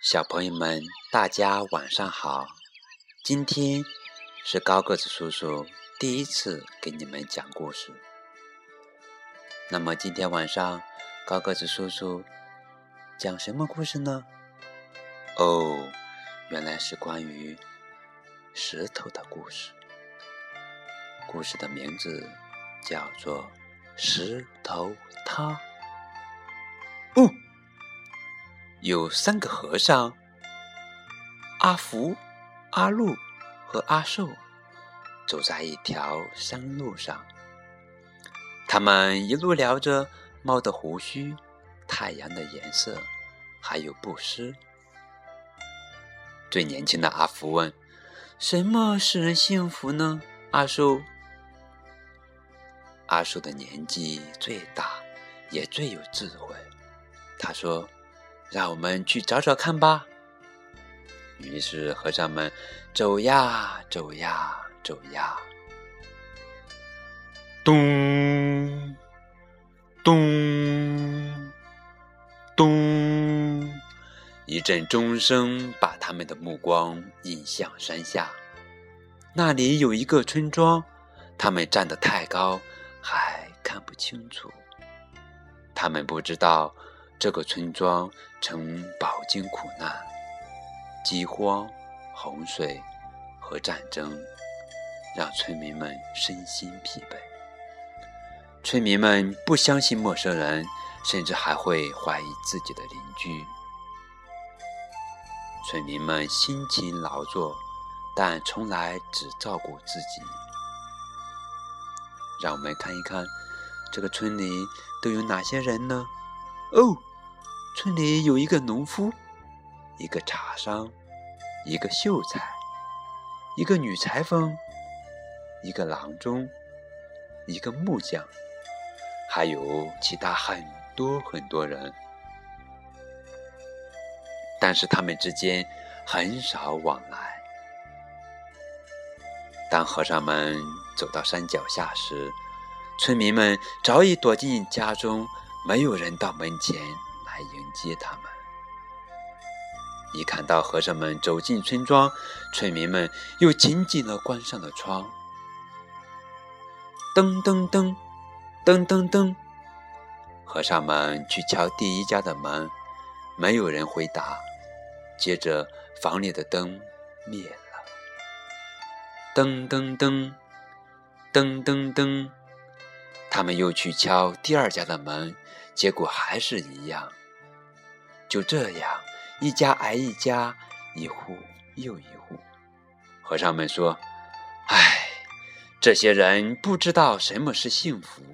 小朋友们，大家晚上好。今天是高个子叔叔第一次给你们讲故事。那么今天晚上高个子叔叔讲什么故事呢？原来是关于石头的故事。故事的名字叫做石头汤。有3个和尚，阿福、阿禄和阿寿，走在一条山路上。他们一路聊着猫的胡须、太阳的颜色，还有布施。最年轻的阿福问：什么使人幸福呢？阿寿的年纪最大，也最有智慧。他说：让我们去找找看吧。于是和尚们走呀走呀走呀，咚咚咚，一阵钟声把他们的目光引向山下。那里有一个村庄，他们站得太高，还看不清楚。他们不知道这个村庄曾饱经苦难，饥荒、洪水和战争让村民们身心疲惫。村民们不相信陌生人，甚至还会怀疑自己的邻居。村民们辛勤劳作，但从来只照顾自己。让我们看一看这个村里都有哪些人呢？村里有一个农夫，一个茶商，一个秀才，一个女裁缝，一个郎中，一个木匠，还有其他很多人。但是他们之间很少往来。当和尚们走到山脚下时，村民们早已躲进家中，没有人到门前来迎接他们。一看到和尚们走进村庄，村民们又紧紧地关上了窗。噔噔噔，噔噔噔，和尚们去敲第一家的门，没有人回答。接着房里的灯灭了。噔噔噔，噔噔噔，他们又去敲第2家的门，结果还是一样。就这样，一家挨一家，一户又一户。和尚们说：这些人不知道什么是幸福。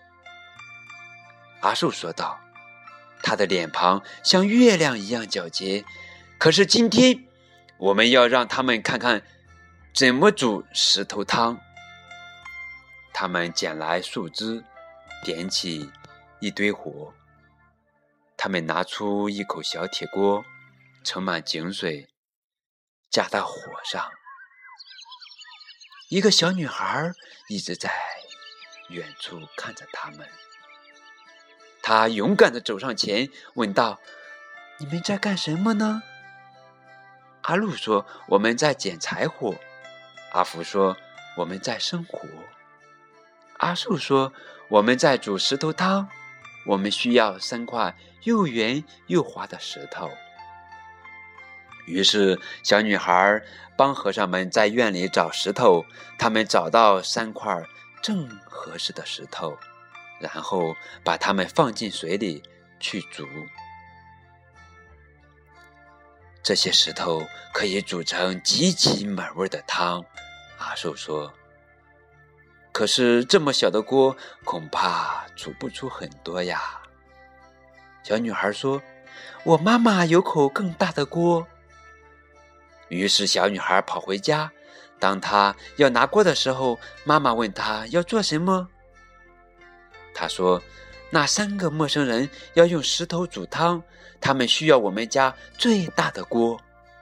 阿寿说道，他的脸庞像月亮一样皎洁。可是今天我们要让他们看看怎么煮石头汤。他们捡来树枝，点起一堆火。他们拿出一口小铁锅，盛满井水，架到火上。一个小女孩一直在远处看着他们。她勇敢地走上前，问道：你们在干什么呢？阿禄说：我们在捡柴火。阿福说：我们在生火。阿寿说：我们在煮石头汤，我们需要3块又圆又滑的石头。于是小女孩帮和尚们在院里找石头，他们找到3块正合适的石头，然后把它们放进水里去煮。这些石头可以煮成极其美味的汤，阿寿说。可是这么小的锅恐怕煮不出很多呀。小女孩说：我妈妈有口更大的锅。于是小女孩跑回家，当她要拿锅的时候，妈妈问她要做什么。她说：那3个陌生人要用石头煮汤，他们需要我们家最大的锅。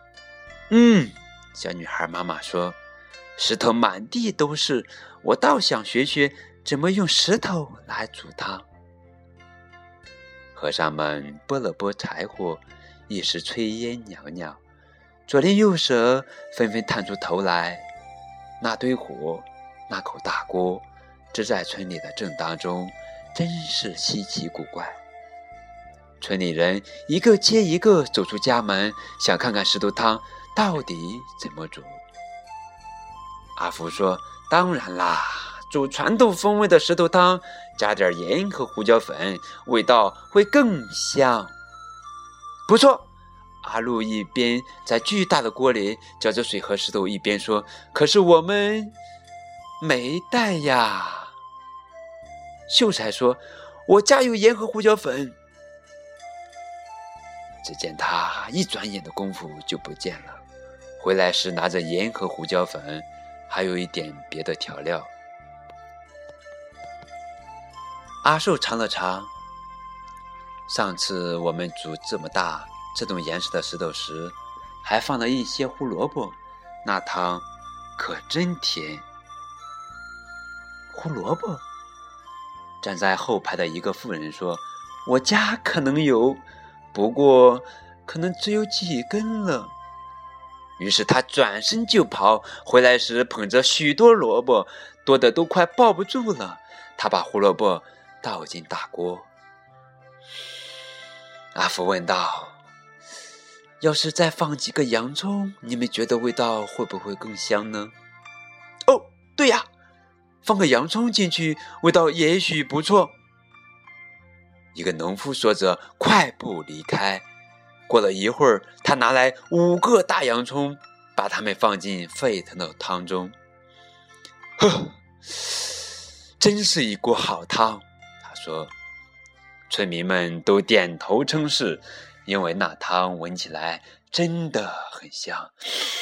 小女孩妈妈说，石头满地都是，我倒想学学怎么用石头来煮汤。和尚们拨了拨柴火， 一时炊烟袅袅，左邻右舍纷纷探出头来。那堆火，那口大锅，支在村里的正当中，真是稀奇古怪。村里人一个接一个走出家门，想看看石头汤到底怎么煮。阿福说：当然啦，煮传统风味的石头汤，加点盐和胡椒粉，味道会更香。不错，阿禄一边在巨大的锅里搅着水和石头，一边说：可是我们没带呀。秀才说：我家有盐和胡椒粉。只见他一转眼的功夫就不见了，回来时拿着盐和胡椒粉，还有一点别的调料。阿寿尝了尝，上次我们煮这么大这种严实的石头时，还放了一些胡萝卜，那汤可真甜。胡萝卜？站在后排的一个妇人说：我家可能有，不过可能只有几根了。于是他转身就跑，回来时捧着许多萝卜，多得都快抱不住了。他把胡萝卜倒进大锅。阿福问道：要是再放几个洋葱，你们觉得味道会不会更香呢？哦，对呀，放个洋葱进去，味道也许不错。一个农夫说着快步离开。过了一会儿，他拿来5个大洋葱，把它们放进沸腾的汤中。呵，真是一锅好汤，他说。村民们都点头称是，因为那汤闻起来真的很香。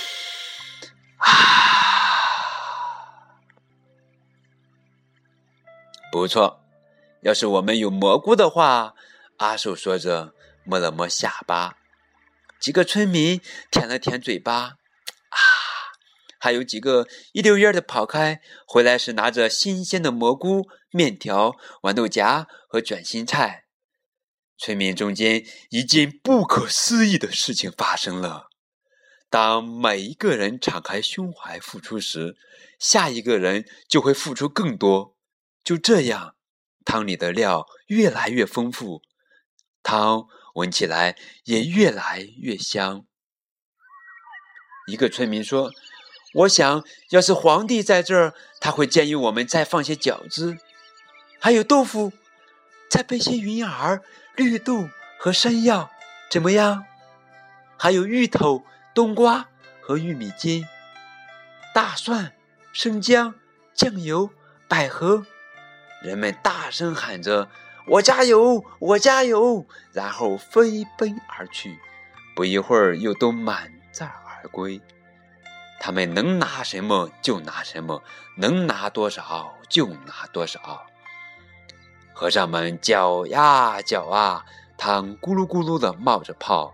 不错，要是我们有蘑菇的话，阿寿说着摸了摸下巴。几个村民舔了舔嘴巴，还有几个一溜烟的跑开，回来时拿着新鲜的蘑菇、面条、豌豆荚和卷心菜。村民中间一件不可思议的事情发生了。当每一个人敞开胸怀付出时，下一个人就会付出更多。就这样，汤里的料越来越丰富，汤闻起来也越来越香。一个村民说：我想要是皇帝在这儿，他会建议我们再放些饺子，还有豆腐，再配些云耳、绿豆和山药，怎么样？还有芋头、冬瓜和玉米筋，大蒜、生姜、酱油、百合。人们大声喊着：我加油，我加油，然后飞奔而去，不一会儿又都满载而归。他们能拿什么就拿什么，能拿多少就拿多少。和尚们搅呀搅啊，汤咕噜咕噜地冒着泡，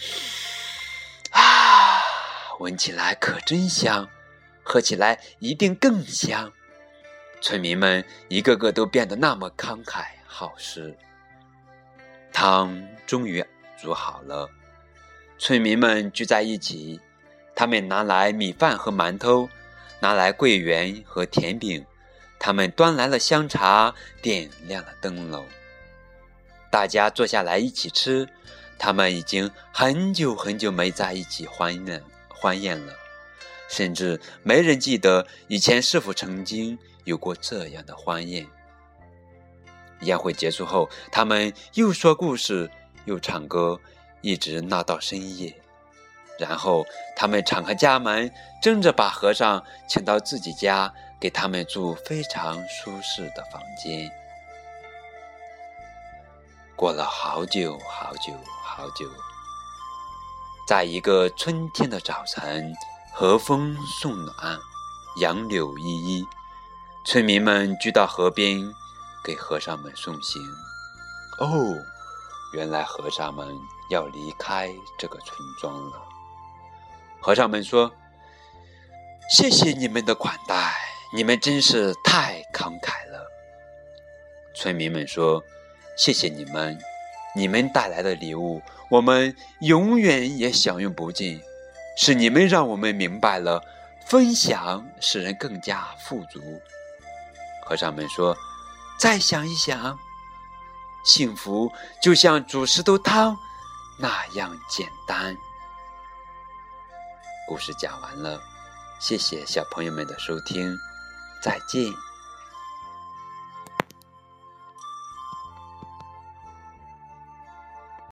闻起来可真香，喝起来一定更香。村民们一个个都变得那么慷慨好施。汤终于煮好了，村民们聚在一起，他们拿来米饭和馒头，拿来桂圆和甜饼，他们端来了香茶，点亮了灯笼。大家坐下来一起吃，他们已经很久很久没在一起欢宴了，甚至没人记得以前是否曾经有过这样的欢宴。宴会结束后，他们又说故事，又唱歌，一直闹到深夜。然后他们敞开家门，争着把和尚请到自己家，给他们住非常舒适的房间。过了好久好久好久，在一个春天的早晨，和风送暖，杨柳依依，村民们聚到河边，给和尚们送行。原来和尚们要离开这个村庄了。和尚们说：谢谢你们的款待，你们真是太慷慨了。村民们说：谢谢你们， 你们带来的礼物，我们永远也享用不尽。是你们让我们明白了，分享使人更加富足。和尚们说，再想一想，幸福就像煮石头汤那样简单。故事讲完了，谢谢小朋友们的收听，再见。